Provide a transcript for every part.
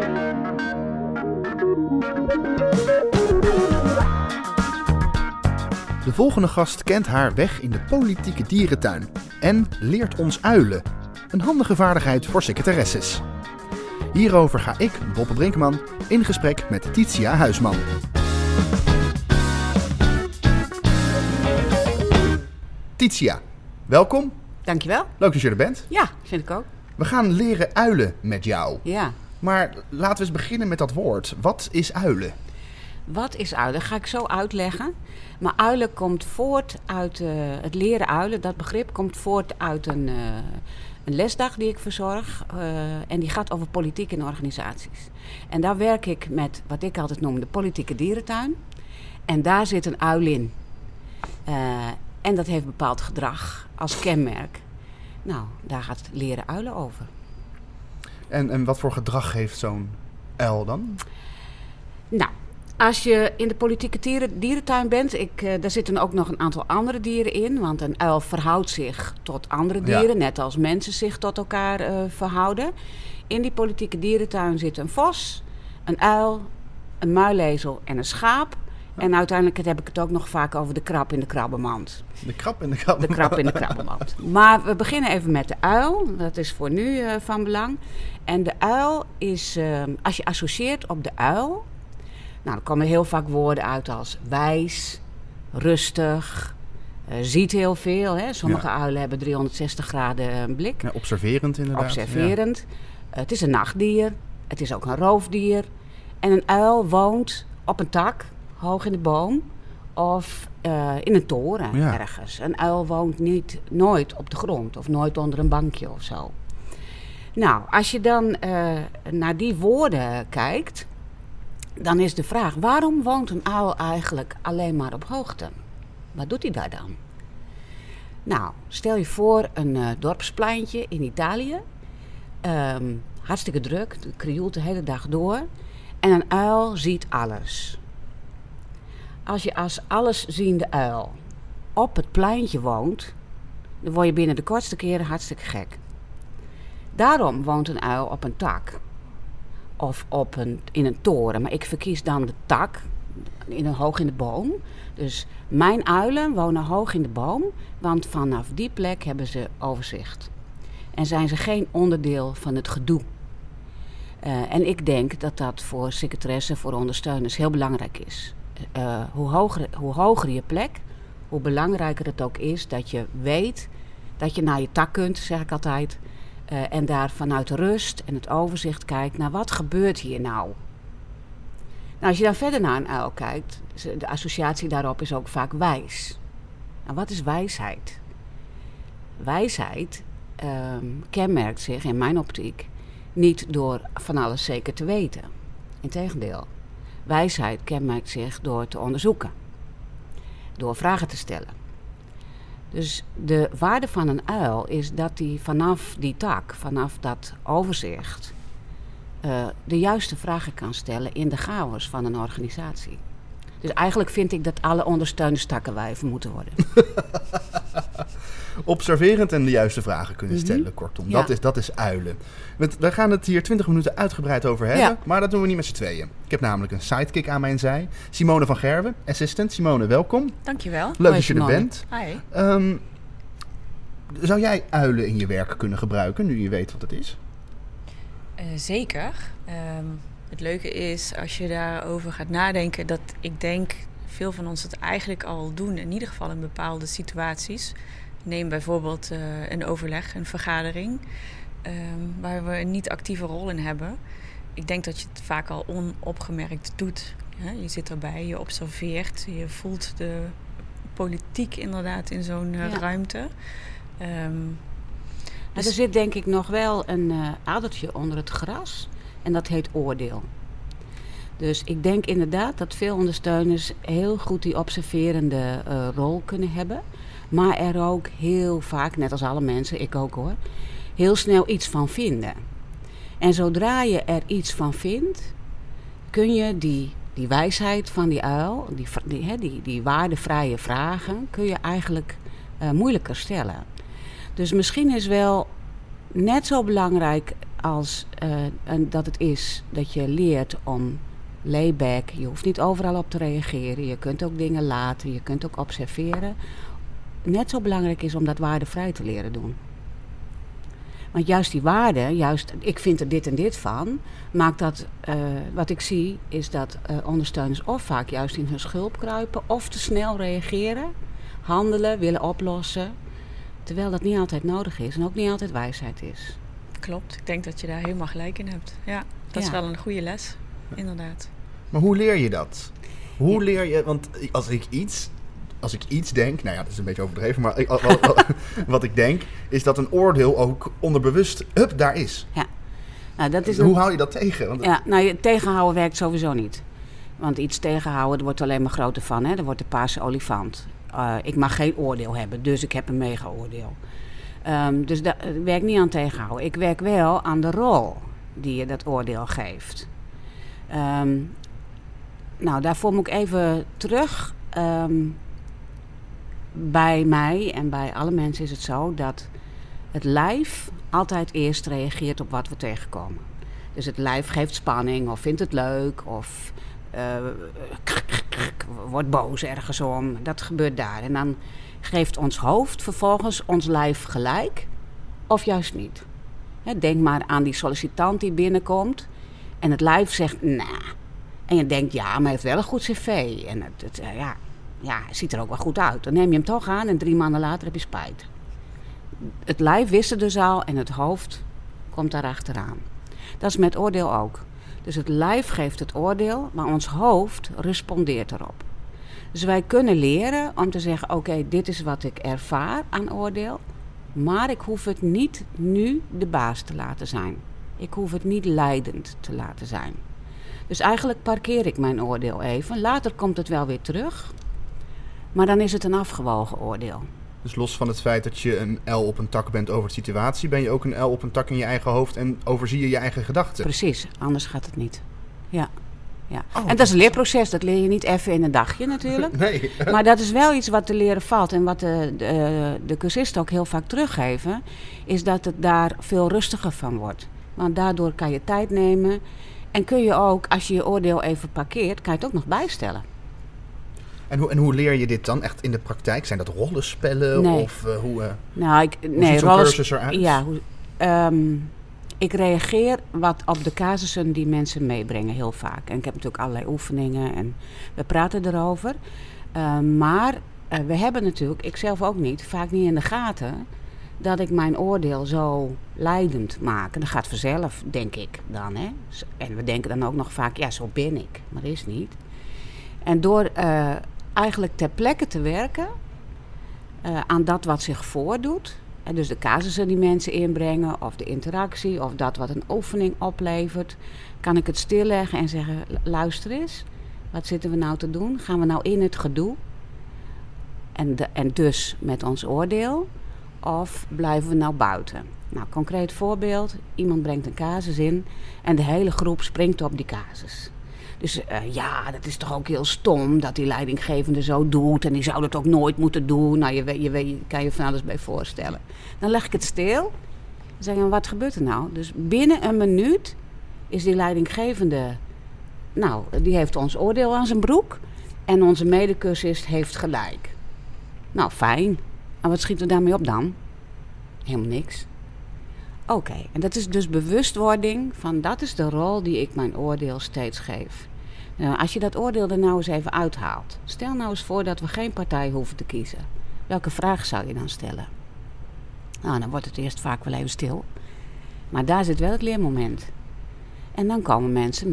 De volgende gast kent haar weg in de politieke dierentuin en leert ons uilen. Een handige vaardigheid voor secretaresses. Hierover ga ik, Boppe Brinkman, in gesprek met Titia Huisman. Titia, welkom. Dankjewel. Leuk dat je er bent. Ja, vind ik ook. We gaan leren uilen met jou. Ja. Maar laten we eens beginnen met dat woord. Wat is uilen? Wat is uilen? Ga ik zo uitleggen. Maar uilen komt voort uit het leren uilen. Dat begrip komt voort uit een lesdag die ik verzorg. En die gaat over politiek en organisaties. En daar werk ik met wat ik altijd noem de politieke dierentuin. En daar zit een uil in. En dat heeft bepaald gedrag als kenmerk. Nou, daar gaat leren uilen over. En wat voor gedrag heeft zo'n uil dan? Nou, als je in de politieke dierentuin bent, daar zitten ook nog een aantal andere dieren in. Want een uil verhoudt zich tot andere dieren, net als mensen zich tot elkaar verhouden. In die politieke dierentuin zit een vos, een uil, een muilezel en een schaap. En uiteindelijk heb ik het ook nog vaak over de krab in de krabbenmand. De krab in de krabbenmand. De krab in de krabbenmand. Maar we beginnen even met de uil. Dat is voor nu van belang. En de uil is, als je associeert op de uil, nou, dan komen heel vaak woorden uit als wijs, rustig, ziet heel veel. Hè? Sommige uilen hebben 360 graden blik. Ja, observerend inderdaad. Observerend. Ja. Het is een nachtdier. Het is ook een roofdier. En een uil woont op een tak, hoog in de boom, of in een toren ergens. Een uil woont nooit op de grond of nooit onder een bankje of zo. Nou, als je dan naar die woorden kijkt, dan is de vraag, waarom woont een uil eigenlijk alleen maar op hoogte? Wat doet hij daar dan? Nou, stel je voor een dorpspleintje in Italië. Hartstikke druk, het krioelt de hele dag door. En een uil ziet alles. Als je als allesziende uil op het pleintje woont, dan word je binnen de kortste keren hartstikke gek. Daarom woont een uil op een tak. Of in een toren. Maar ik verkies dan de tak, hoog in de boom. Dus mijn uilen wonen hoog in de boom, want vanaf die plek hebben ze overzicht. En zijn ze geen onderdeel van het gedoe. En ik denk dat dat voor secretaressen, voor ondersteuners heel belangrijk is. Hoe hoger je plek, hoe belangrijker het ook is dat je weet dat je naar je tak kunt, zeg ik altijd. En daar vanuit de rust en het overzicht kijkt naar wat gebeurt hier nou. Nou, als je dan verder naar een uil kijkt, de associatie daarop is ook vaak wijs. Nou, wat is wijsheid? Wijsheid kenmerkt zich in mijn optiek niet door van alles zeker te weten. Integendeel. Wijsheid kenmerkt zich door te onderzoeken. Door vragen te stellen. Dus de waarde van een uil is dat hij vanaf die tak, vanaf dat overzicht, de juiste vragen kan stellen in de chaos van een organisatie. Dus eigenlijk vind ik dat alle ondersteuners takkenwijven moeten worden. Observerend en de juiste vragen kunnen stellen, kortom. Ja. Dat is uilen. We gaan het hier 20 minuten uitgebreid over hebben, maar dat doen we niet met z'n tweeën. Ik heb namelijk een sidekick aan mijn zij. Simone van Gerwen, assistant. Simone, welkom. Dankjewel. Leuk dat je er bent. Hi. Zou jij uilen in je werk kunnen gebruiken, nu je weet wat het is? Zeker. Het leuke is, als je daarover gaat nadenken, dat ik denk veel van ons het eigenlijk al doen, in ieder geval in bepaalde situaties. Neem bijvoorbeeld een overleg, een vergadering, waar we een niet actieve rol in hebben. Ik denk dat je het vaak al onopgemerkt doet. Je zit erbij, je observeert, je voelt de politiek inderdaad in zo'n ruimte. Dus er zit denk ik nog wel een adertje onder het gras en dat heet oordeel. Dus ik denk inderdaad dat veel ondersteuners heel goed die observerende rol kunnen hebben. Maar er ook heel vaak, net als alle mensen, ik ook hoor, heel snel iets van vinden. En zodra je er iets van vindt, kun je die wijsheid van die uil, die waardevrije vragen, kun je eigenlijk moeilijker stellen. Dus misschien is wel net zo belangrijk dat het is dat je leert om layback. Je hoeft niet overal op te reageren. Je kunt ook dingen laten. Je kunt ook observeren. Net zo belangrijk is om dat waardevrij te leren doen. Want juist die waarde, ik vind er dit en dit van, maakt dat, wat ik zie, is dat ondersteuners of vaak juist in hun schulp kruipen, of te snel reageren, handelen, willen oplossen, terwijl dat niet altijd nodig is en ook niet altijd wijsheid is. Klopt, ik denk dat je daar helemaal gelijk in hebt. Ja, dat is wel een goede les, inderdaad. Maar hoe leer je dat? Hoe leer je, want als ik iets denk, nou ja, dat is een beetje overdreven, maar wat ik denk, is dat een oordeel ook onderbewust, daar is. Ja. Nou, dat is hoe hou je dat tegen? Want tegenhouden werkt sowieso niet. Want iets tegenhouden, er wordt alleen maar groter van, hè? Er wordt de paarse olifant. Ik mag geen oordeel hebben, dus ik heb een mega-oordeel. Dus dat werkt niet aan tegenhouden. Ik werk wel aan de rol die je dat oordeel geeft. Daarvoor moet ik even terug. Bij mij en bij alle mensen is het zo dat het lijf altijd eerst reageert op wat we tegenkomen. Dus het lijf geeft spanning of vindt het leuk of wordt boos ergens om. Dat gebeurt daar. En dan geeft ons hoofd vervolgens ons lijf gelijk of juist niet. Denk maar aan die sollicitant die binnenkomt en het lijf zegt nah. En je denkt ja, maar hij heeft wel een goed cv. En hij ziet er ook wel goed uit. Dan neem je hem toch aan en 3 maanden later heb je spijt. Het lijf wist het dus al en het hoofd komt daar achteraan. Dat is met oordeel ook. Dus het lijf geeft het oordeel, maar ons hoofd respondeert erop. Dus wij kunnen leren om te zeggen, oké, dit is wat ik ervaar aan oordeel. Maar ik hoef het niet nu de baas te laten zijn. Ik hoef het niet leidend te laten zijn. Dus eigenlijk parkeer ik mijn oordeel even. Later komt het wel weer terug. Maar dan is het een afgewogen oordeel. Dus los van het feit dat je een L op een tak bent over de situatie, ben je ook een L op een tak in je eigen hoofd en overzie je je eigen gedachten. Precies, anders gaat het niet. Ja. En dat is een leerproces, dat leer je niet even in een dagje natuurlijk. Nee. Maar dat is wel iets wat te leren valt. En wat de cursisten ook heel vaak teruggeven, is dat het daar veel rustiger van wordt. Want daardoor kan je tijd nemen en kun je ook, als je je oordeel even parkeert, kan je het ook nog bijstellen. En hoe leer je dit dan echt in de praktijk? Zijn dat rollenspellen? Nee. Of hoe ziet zo'n cursus eruit? Ja, ik reageer wat op de casussen die mensen meebrengen heel vaak. En ik heb natuurlijk allerlei oefeningen en we praten erover. Maar we hebben natuurlijk, ik zelf ook niet, vaak niet in de gaten dat ik mijn oordeel zo leidend maak. En dat gaat vanzelf, denk ik dan. Hè? En we denken dan ook nog vaak, ja, zo ben ik. Maar dat is niet. En door eigenlijk ter plekke te werken aan dat wat zich voordoet. En dus de casussen die mensen inbrengen, of de interactie, of dat wat een oefening oplevert, kan ik het stilleggen en zeggen, luister eens, wat zitten we nou te doen? Gaan we nou in het gedoe? En dus met ons oordeel, of blijven we nou buiten? Nou, concreet voorbeeld, iemand brengt een casus in en de hele groep springt op die casus. Dus dat is toch ook heel stom dat die leidinggevende zo doet. En die zou dat ook nooit moeten doen. Nou, je kan je van alles bij voorstellen. Dan leg ik het stil. Dan zeg ik, wat gebeurt er nou? Dus binnen een minuut is die leidinggevende... Nou, die heeft ons oordeel aan zijn broek. En onze medecursist heeft gelijk. Nou, fijn. En wat schieten we daarmee op dan? Helemaal niks. Oké, en dat is dus bewustwording van dat is de rol die ik mijn oordeel steeds geef. Nou, als je dat oordeel er nou eens even uithaalt. Stel nou eens voor dat we geen partij hoeven te kiezen. Welke vraag zou je dan stellen? Nou, dan wordt het eerst vaak wel even stil. Maar daar zit wel het leermoment. En dan komen mensen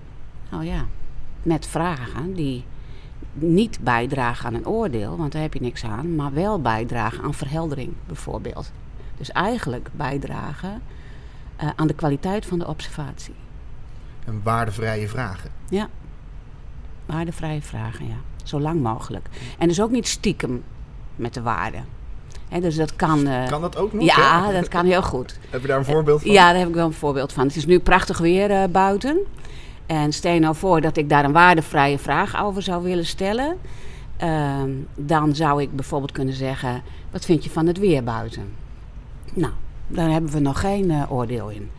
met vragen die niet bijdragen aan een oordeel, want daar heb je niks aan, maar wel bijdragen aan verheldering bijvoorbeeld. Dus eigenlijk bijdragen aan de kwaliteit van de observatie. En waardevrije vragen. Ja, waardevrije vragen, ja. Zo lang mogelijk. En dus ook niet stiekem met de waarde. Dus dat kan... kan dat ook nog? Ja, dat kan heel goed. Heb je daar een voorbeeld van? Ja, daar heb ik wel een voorbeeld van. Het is nu prachtig weer buiten. En stel je nou voor dat ik daar een waardevrije vraag over zou willen stellen. Dan zou ik bijvoorbeeld kunnen zeggen, wat vind je van het weer buiten? Nou, daar hebben we nog geen oordeel in.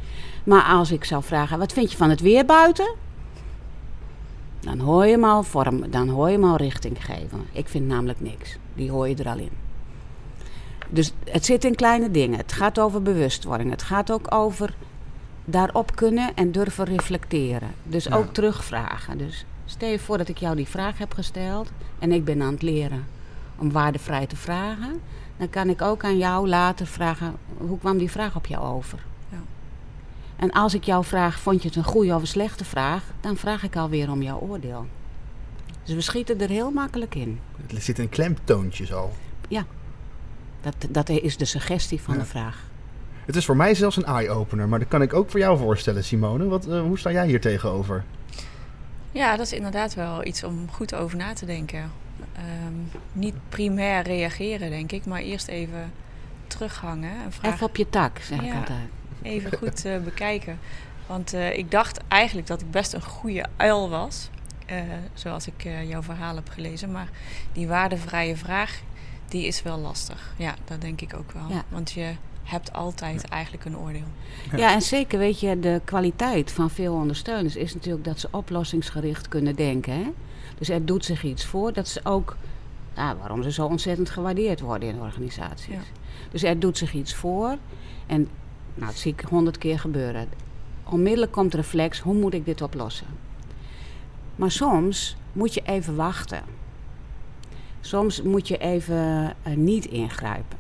Maar als ik zou vragen, wat vind je van het weer buiten? Dan hoor je hem al richting geven. Ik vind namelijk niks. Die hoor je er al in. Dus het zit in kleine dingen. Het gaat over bewustwording. Het gaat ook over daarop kunnen en durven reflecteren. Dus ook terugvragen. Dus stel je voor dat ik jou die vraag heb gesteld en ik ben aan het leren om waardevrij te vragen. Dan kan ik ook aan jou later vragen, hoe kwam die vraag op jou over? Ja. En als ik jou vraag, vond je het een goede of een slechte vraag? Dan vraag ik alweer om jouw oordeel. Dus we schieten er heel makkelijk in. Er zit een klemtoontje al. Ja, dat is de suggestie van de vraag. Het is voor mij zelfs een eye-opener, maar dat kan ik ook voor jou voorstellen, Simone. Hoe sta jij hier tegenover? Ja, dat is inderdaad wel iets om goed over na te denken. Niet primair reageren, denk ik, maar eerst even terughangen. En vragen. Even op je tak, zeg ik altijd. Even goed bekijken. Want ik dacht eigenlijk dat ik best een goede uil was. Zoals ik jouw verhaal heb gelezen. Maar die waardevrije vraag, die is wel lastig. Ja, dat denk ik ook wel. Ja. Want je hebt altijd eigenlijk een oordeel. Ja, en zeker weet je, de kwaliteit van veel ondersteuners is natuurlijk dat ze oplossingsgericht kunnen denken. Hè? Dus er doet zich iets voor dat ze ook, waarom ze zo ontzettend gewaardeerd worden in organisaties. Ja. Dus er doet zich iets voor en dat zie ik 100 keer gebeuren. Onmiddellijk komt reflex, hoe moet ik dit oplossen? Maar soms moet je even wachten. Soms moet je even niet ingrijpen.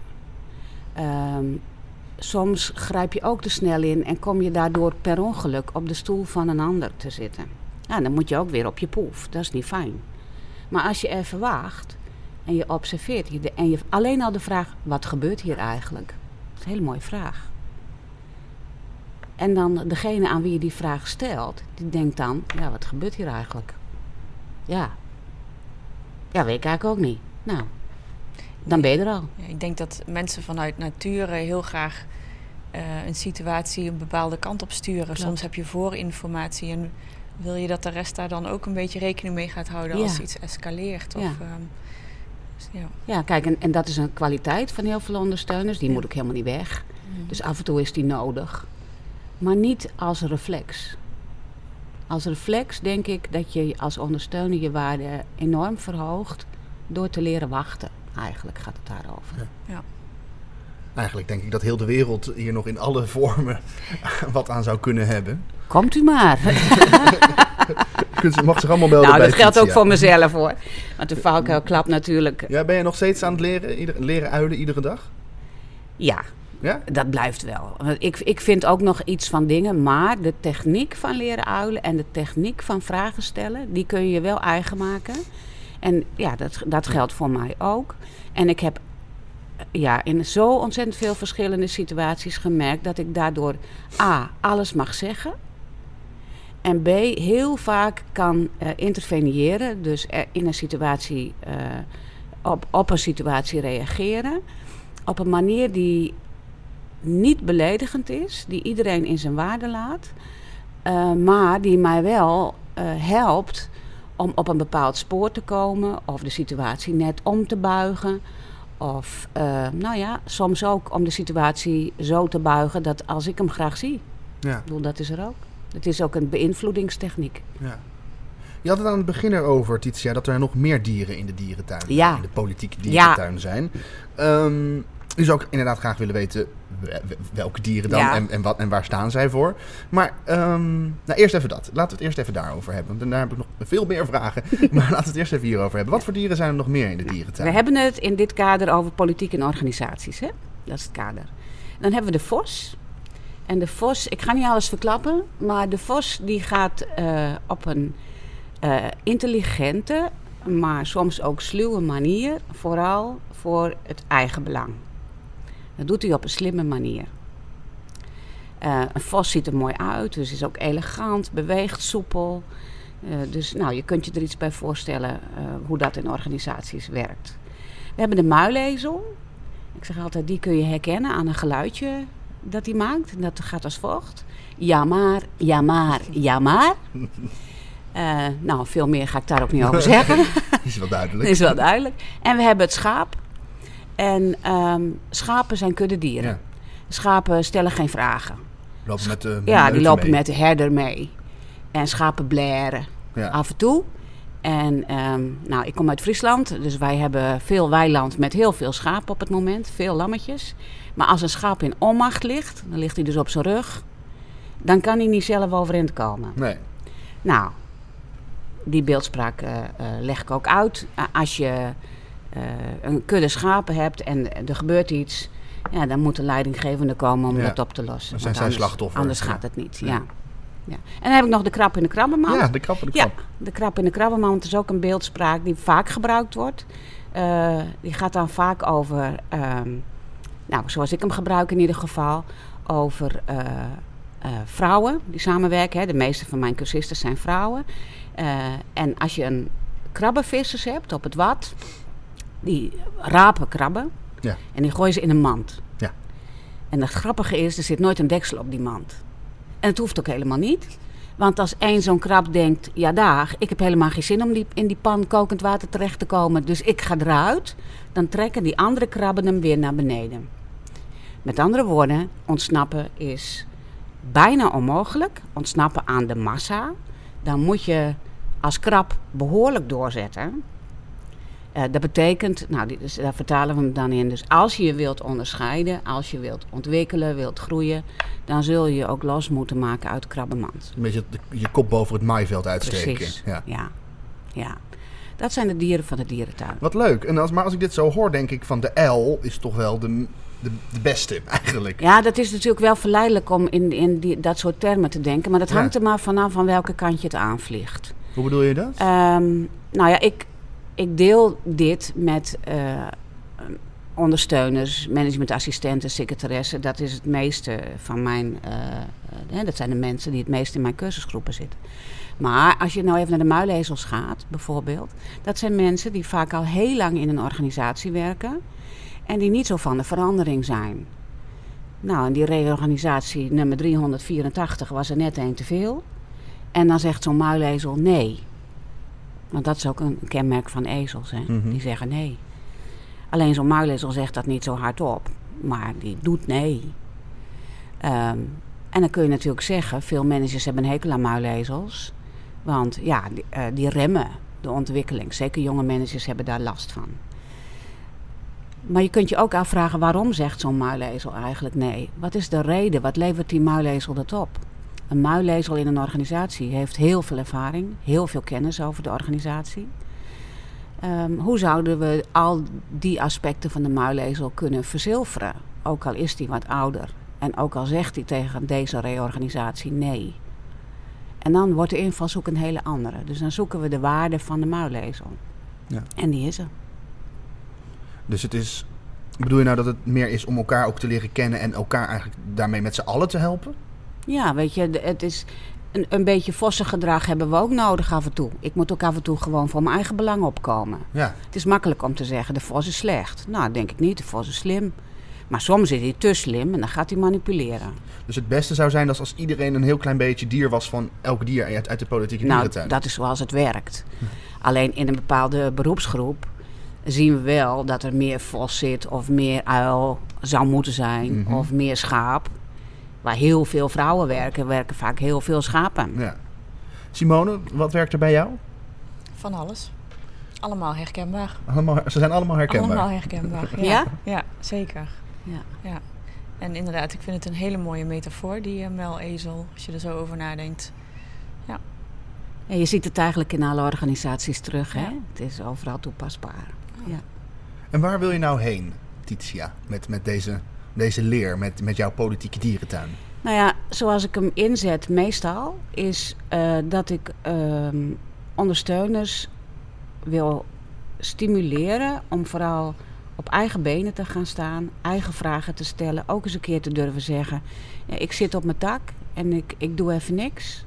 Soms grijp je ook te snel in en kom je daardoor per ongeluk op de stoel van een ander te zitten. Ja, dan moet je ook weer op je poef. Dat is niet fijn. Maar als je even wacht en je observeert en je alleen al de vraag, wat gebeurt hier eigenlijk? Dat is een hele mooie vraag. En dan degene aan wie je die vraag stelt, die denkt dan, wat gebeurt hier eigenlijk? Ja, weet ik eigenlijk ook niet. Nou, dan ben je er al. Ja, ik denk dat mensen vanuit nature heel graag een situatie een bepaalde kant op sturen. Klopt. Soms heb je voorinformatie en wil je dat de rest daar dan ook een beetje rekening mee gaat houden als iets escaleert. Of, ja, kijk, en dat is een kwaliteit van heel veel ondersteuners. Die moet ook helemaal niet weg. Dus af en toe is die nodig. Maar niet als reflex. Als reflex denk ik dat je als ondersteuner je waarde enorm verhoogt door te leren wachten. Eigenlijk gaat het daarover. Ja. Eigenlijk denk ik dat heel de wereld hier nog in alle vormen wat aan zou kunnen hebben. Komt u maar. Mag zich allemaal melden bij dat geldt ook voor mezelf hoor. Want de valkuil klapt natuurlijk. Ja, ben je nog steeds aan het leren uilen iedere dag? Ja. Dat blijft wel. Ik vind ook nog iets van dingen, maar de techniek van leren uilen en de techniek van vragen stellen, die kun je wel eigen maken. En ja, dat geldt voor mij ook. En ik heb in zo ontzettend veel verschillende situaties gemerkt dat ik daardoor alles mag zeggen. En B, heel vaak kan interveneren. Dus in een situatie, op een situatie reageren. Op een manier die niet beledigend is. Die iedereen in zijn waarde laat. Maar die mij wel helpt om op een bepaald spoor te komen. Of de situatie net om te buigen. Of soms ook om de situatie zo te buigen dat als ik hem graag zie. Ja. Ik bedoel, dat is er ook. Het is ook een beïnvloedingstechniek. Ja. Je had het aan het begin erover, Titia, dat er nog meer dieren in de dierentuin, in de politieke dierentuin zijn. U zou ook inderdaad graag willen weten welke dieren dan en waar staan zij voor. Maar eerst even dat. Laten we het eerst even daarover hebben. Want daarna heb ik nog veel meer vragen. Maar laten we het eerst even hierover hebben. Wat voor dieren zijn er nog meer in de dierentuin? We hebben het in dit kader over politiek en organisaties. Hè? Dat is het kader. Dan hebben we de vos. En de vos, ik ga niet alles verklappen, maar de vos die gaat op een intelligente, maar soms ook sluwe manier, vooral voor het eigen belang. Dat doet hij op een slimme manier. Een vos ziet er mooi uit, dus is ook elegant, beweegt soepel. Dus je kunt je er iets bij voorstellen hoe dat in organisaties werkt. We hebben de muilezel. Ik zeg altijd, die kun je herkennen aan een geluidje dat hij maakt. Dat gaat als volgt. Ja maar, ja maar, ja maar. Veel meer ga ik daar ook niet over zeggen. Is wel duidelijk. En we hebben het schaap. En schapen zijn kuddedieren. Ja. Schapen stellen geen vragen. Lopen met de die lopen mee. met de herder mee. En schapen blaren af en toe. En ik kom uit Friesland, dus wij hebben veel weiland met heel veel schapen op het moment. Veel lammetjes. Maar als een schaap in onmacht ligt, dan ligt hij dus op zijn rug. Dan kan hij niet zelf overeind komen. Nee. Nou, die beeldspraak leg ik ook uit. Als je een kudde schapen hebt en er gebeurt iets, dan moet de leidinggevende komen om dat op te lossen. Dan zijn zij slachtoffer. Anders gaat het niet, ja. En dan heb ik nog de krab in de krabbenmand. Ja, de krab in de krab. Ja, de krab in de krabbenmand is ook een beeldspraak die vaak gebruikt wordt. Die gaat dan vaak over, zoals ik hem gebruik in ieder geval, over vrouwen die samenwerken. Hè. De meeste van mijn cursisten zijn vrouwen. En als je een krabbenvissers hebt op het wad, die rapen krabben en die gooien ze in een mand. Ja. En het grappige is, er zit nooit een deksel op die mand. En het hoeft ook helemaal niet. Want als één zo'n krab denkt, ik heb helemaal geen zin om in die pan kokend water terecht te komen, dus ik ga eruit, dan trekken die andere krabben hem weer naar beneden. Met andere woorden, ontsnappen is bijna onmogelijk. Ontsnappen aan de massa. Dan moet je als krab behoorlijk doorzetten. Dat betekent, daar vertalen we hem dan in. Dus als je je wilt onderscheiden, als je wilt ontwikkelen, wilt groeien, dan zul je je ook los moeten maken uit de krabbenmand. Een beetje je kop boven het maaiveld uitsteken. Precies, ja. Dat zijn de dieren van de dierentuin. Wat leuk. En als ik dit zo hoor, denk ik van de uil is toch wel de beste eigenlijk. Ja, dat is natuurlijk wel verleidelijk om in dat soort termen te denken. Maar dat hangt er maar vanaf van welke kant je het aanvliegt. Hoe bedoel je dat? Ik deel dit met ondersteuners, managementassistenten, secretaressen. Dat is het meeste van mijn... dat zijn de mensen die het meest in mijn cursusgroepen zitten. Maar als je nou even naar de muilezels gaat, bijvoorbeeld. Dat zijn mensen die vaak al heel lang in een organisatie werken. En die niet zo van de verandering zijn. Nou, en die reorganisatie nummer 384 was er net één te veel. En dan zegt zo'n muilezel nee. Want dat is ook een kenmerk van ezels, hè? Mm-hmm. Die zeggen nee. Alleen zo'n muilezel zegt dat niet zo hardop. Maar die doet nee. En dan kun je natuurlijk zeggen, veel managers hebben een hekel aan muilezels. Want die remmen de ontwikkeling. Zeker jonge managers hebben daar last van. Maar je kunt je ook afvragen, waarom zegt zo'n muilezel eigenlijk nee? Wat is de reden? Wat levert die muilezel dat op? Een muilezel in een organisatie heeft heel veel ervaring, heel veel kennis over de organisatie. Hoe zouden we al die aspecten van de muilezel kunnen verzilveren? Ook al is die wat ouder en ook al zegt hij tegen deze reorganisatie nee. En dan wordt de invalshoek een hele andere. Dus dan zoeken we de waarde van de muilezel. Ja. En die is er. Dus het is... Bedoel je nou dat het meer is om elkaar ook te leren kennen en elkaar eigenlijk daarmee met z'n allen te helpen? Ja, weet je, het is een beetje vossengedrag hebben we ook nodig af en toe. Ik moet ook af en toe gewoon voor mijn eigen belang opkomen. Ja. Het is makkelijk om te zeggen, de vos is slecht. Nou, denk ik niet, de vos is slim. Maar soms is hij te slim en dan gaat hij manipuleren. Dus het beste zou zijn als iedereen een heel klein beetje dier was van elk dier uit de politieke dierentuin? Nou, dat is zoals het werkt. Alleen in een bepaalde beroepsgroep zien we wel dat er meer vos zit of meer uil zou moeten zijn, mm-hmm, of meer schaap. Waar heel veel vrouwen werken vaak heel veel schapen. Ja. Simone, wat werkt er bij jou? Van alles. Allemaal herkenbaar. Ze zijn allemaal herkenbaar? Allemaal herkenbaar, ja. Ja? Ja, zeker. Ja. En inderdaad, ik vind het een hele mooie metafoor, die muilezel, als je er zo over nadenkt. Ja. En je ziet het eigenlijk in alle organisaties terug, hè? Het is overal toepasbaar. Ja. En waar wil je nou heen, Titia, met deze leer, met jouw politieke dierentuin? Nou ja, zoals ik hem inzet meestal, is dat ik ondersteuners wil stimuleren om vooral op eigen benen te gaan staan, eigen vragen te stellen, ook eens een keer te durven zeggen, ik zit op mijn tak en ik doe even niks.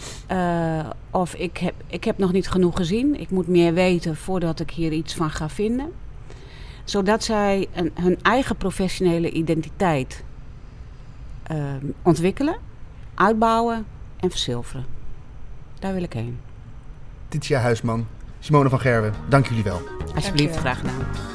Of ik heb nog niet genoeg gezien, ik moet meer weten voordat ik hier iets van ga vinden. Zodat zij hun eigen professionele identiteit ontwikkelen, uitbouwen en verzilveren. Daar wil ik heen. Titia Huisman, Simone van Gerwen, dank jullie wel. Alsjeblieft, graag gedaan.